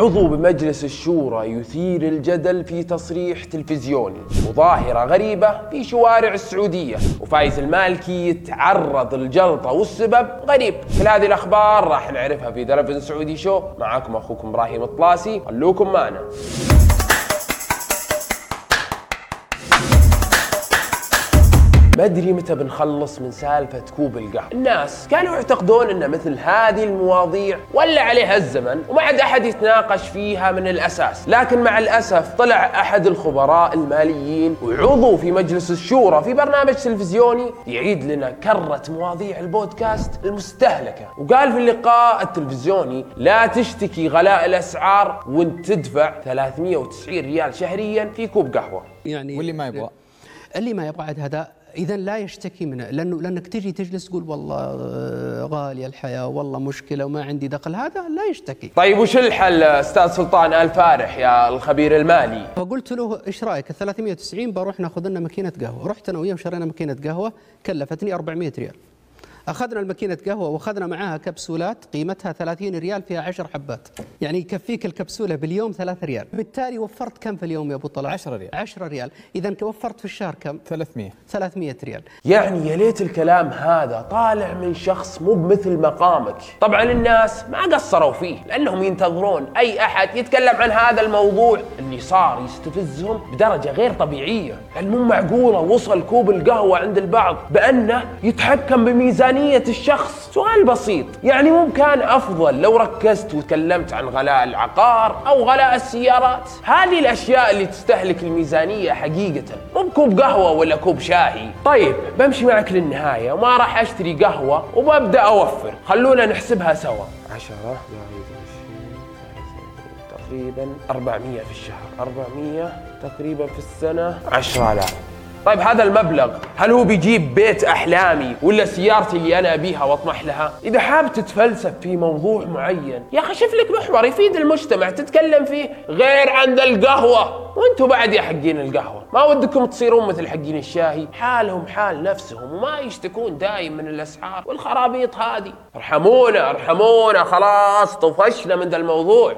عضو بمجلس الشورى يثير الجدل في تصريح تلفزيوني، وظاهرة غريبة في شوارع السعودية، وفايز المالكي يتعرض للجلطة والسبب غريب. كل هذه الأخبار راح نعرفها في ذا سعودي شو. معاكم أخوكم إبراهيم الطلاسي، خلوكم معنا. ما ادري متى بنخلص من سالفة كوب القهوة. الناس كانوا يعتقدون ان مثل هذه المواضيع ولا عليها الزمن وما عاد احد يتناقش فيها من الاساس، لكن مع الاسف طلع احد الخبراء الماليين وعضو في مجلس الشورى في برنامج تلفزيوني يعيد لنا كرة مواضيع البودكاست المستهلكة، وقال في اللقاء التلفزيوني لا تشتكي غلاء الاسعار وانت تدفع 390 ريال شهريا في كوب قهوة. يعني واللي ما يبغى، اللي ما يبغى هذا إذا لا يشتكي منه، لأنك تجي تجلس تقول والله غالية الحياة والله مشكلة وما عندي دخل، هذا لا يشتكي. طيب وش الحل أستاذ سلطان آل فارح يا الخبير المالي؟ فقلت له إيش رأيك 390 بروح ناخذ لنا ماكينة قهوة. رحت أنا وياه وشرينا ماكينة قهوة كلفتني 400 ريال. أخذنا الماكينة قهوة وأخذنا معاها كبسولات قيمتها 30 ريال فيها 10 حبات، يعني يكفيك الكبسولة باليوم 3 ريال. بالتالي وفرت كم في اليوم يا أبو طلال؟ 10 ريال. 10 ريال، إذا وفرت في الشهر كم؟ 300 ريال. يعني يا ليت الكلام هذا طالع من شخص مو بمثل مقامك. طبعا الناس ما قصروا فيه، لأنهم ينتظرون أي أحد يتكلم عن هذا الموضوع اللي صار يستفزهم بدرجة غير طبيعية. لأن مو معقولة وصل كوب القهوة عند البعض بأنه يتحكم بميزانية الشخص. سؤال بسيط، يعني مو كان أفضل لو ركزت وتكلمت عن غلاء العقار أو غلاء السيارات؟ هذه الأشياء اللي تستهلك الميزانية حقيقة، مو بكوب قهوة ولا كوب شاهي. طيب بمشي معك للنهاية وما راح أشتري قهوة وببدأ أوفر. خلونا نحسبها سوا. 10 تقريبا 400 في الشهر، 400 تقريبا في السنة 10,000. طيب هذا المبلغ هل هو بيجيب بيت أحلامي ولا سيارتي اللي أنا أبيها وأطمح لها؟ إذا حاب تتفلسف في موضوع معين يا أخي شوف لك محور يفيد المجتمع تتكلم فيه غير عند القهوة. وانتوا بعد يا حقين القهوة ما ودكم تصيرون مثل حقين الشاهي، حالهم حال نفسهم وما يشتكون دايم من الأسعار والخرابيط هذه. ارحمونا خلاص طفشنا من ذا الموضوع.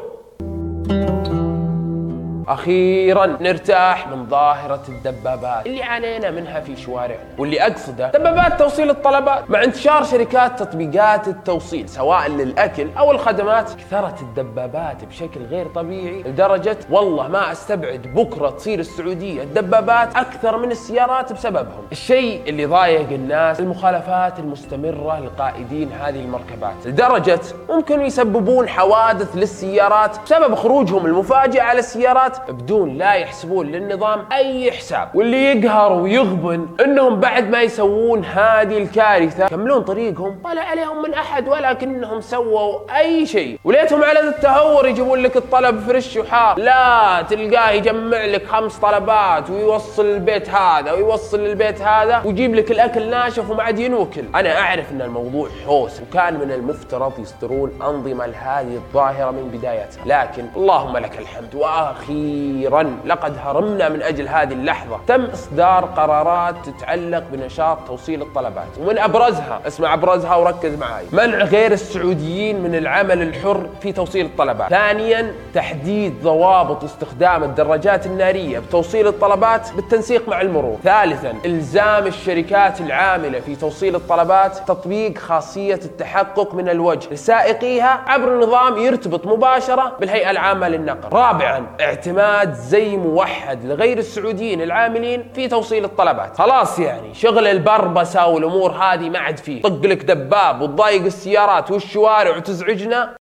أخيراً نرتاح من ظاهرة الدبابات اللي عانينا منها في شوارعنا، واللي أقصده دبابات توصيل الطلبات. مع انتشار شركات تطبيقات التوصيل سواء للأكل أو الخدمات، كثرت الدبابات بشكل غير طبيعي لدرجة والله ما أستبعد بكرة تصير السعودية الدبابات أكثر من السيارات بسببهم. الشيء اللي ضايق الناس المخالفات المستمرة لقائدين هذه المركبات، لدرجة ممكن يسببون حوادث للسيارات بسبب خروجهم المفاجئ على السيارات بدون لا يحسبون للنظام أي حساب. واللي يقهر ويغبن إنهم بعد ما يسوون هذه الكارثة يكملون طريقهم ولا عليهم من أحد ولكنهم سووا أي شيء، وليتهم على التهور يجيبون لك الطلب فريش وحار. لا تلقاه يجمع لك 5 طلبات ويوصل البيت هذا ويوصل البيت هذا ويجيب لك الأكل ناشف وما عاد ينوكل. أنا أعرف إن الموضوع حوس وكان من المفترض يصدرون أنظمة لهذه الظاهرة من بدايتها، لكن اللهم لك الحمد. وأخيراً لقد هرمنا من أجل هذه اللحظة. تم إصدار قرارات تتعلق بنشاط توصيل الطلبات، ومن أبرزها اسمع أبرزها وركز معي: منع غير السعوديين من العمل الحر في توصيل الطلبات. ثانياً تحديد ضوابط استخدام الدراجات النارية بتوصيل الطلبات بالتنسيق مع المرور. ثالثاً إلزام الشركات العاملة في توصيل الطلبات تطبيق خاصية التحقق من الوجه لسائقيها عبر نظام يرتبط مباشرة بالهيئة العامة للنقل. رابعاً اعتماد زي موحد لغير السعوديين العاملين في توصيل الطلبات. خلاص يعني شغل البربسة والأمور هذه ما عاد فيه. طق لك دباب وتضايق السيارات والشوارع وتزعجنا.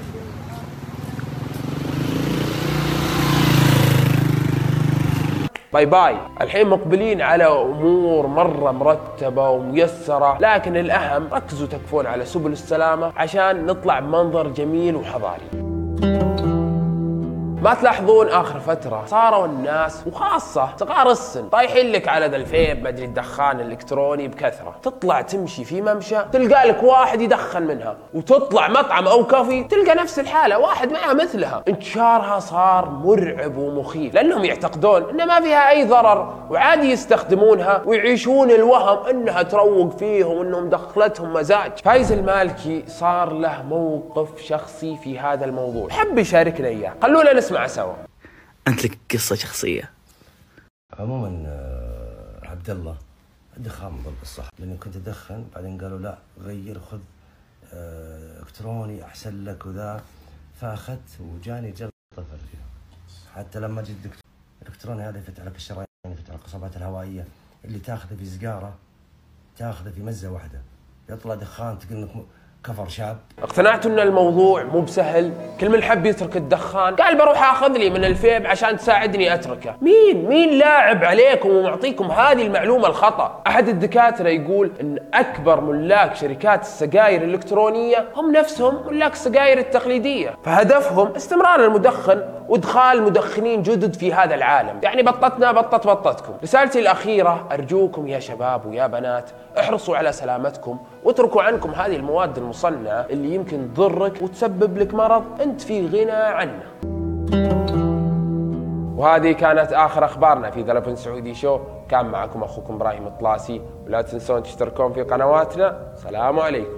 باي باي. الحين مقبلين على أمور مرة مرتبة وميسرة، لكن الأهم ركزوا تكفون على سبل السلامة عشان نطلع بمنظر جميل وحضاري. ما تلاحظون آخر فترة صاروا الناس وخاصة صغار السن طايحين لك على ذا الفيب ما أدري الدخان الإلكتروني بكثرة. تطلع تمشي في ممشى تلقى لك واحد يدخن منها، وتطلع مطعم أو كافي تلقى نفس الحالة واحد معه مثلها. انتشارها صار مرعب ومخيف لأنهم يعتقدون إن ما فيها أي ضرر وعادي يستخدمونها ويعيشون الوهم إنها تروق فيهم وإنهم دخلتهم مزاج. فايز المالكي صار له موقف شخصي في هذا الموضوع، حب يشاركنا إياه، خلونا نسمع سوا. أنت لك قصة شخصية؟ عموما عبد الله الدخان مضر بالصحة، لأني كنت أدخن بعدين قالوا لا غير خذ إلكتروني أحسن لك وذا، فأخذت وجاني جلطة في الرئة. حتى لما جيت الدكتور الإلكتروني هذا يفتح لك الشرايين، يفتح لك القصبات الهوائية، اللي تاخذه في سجارة تاخذه في مزة واحدة، يطلع دخان تقول إنك كفر شاب. اقتنعت ان الموضوع مو بسهل، كل من حب يترك الدخان قال بروح اخذ لي من الفيب عشان تساعدني اتركه. مين لاعب عليكم ومعطيكم هذه المعلومة الخطأ؟ احد الدكاترة يقول ان اكبر ملاك شركات السجاير الالكترونية هم نفسهم ملاك السجاير التقليدية، فهدفهم استمرار المدخن وادخال مدخنين جدد في هذا العالم. يعني بطتنا بطتكم. رسالتي الاخيرة ارجوكم يا شباب ويا بنات احرصوا على سلامتكم واتركوا عنكم هذه المواد المصنعة اللي يمكن تضرك وتسبب لك مرض انت في غنى عنه. وهذه كانت اخر اخبارنا في ذا سعودي شو. كان معكم اخوكم ابراهيم الطلاسي، ولا تنسون تشتركون في قنواتنا. سلام عليكم.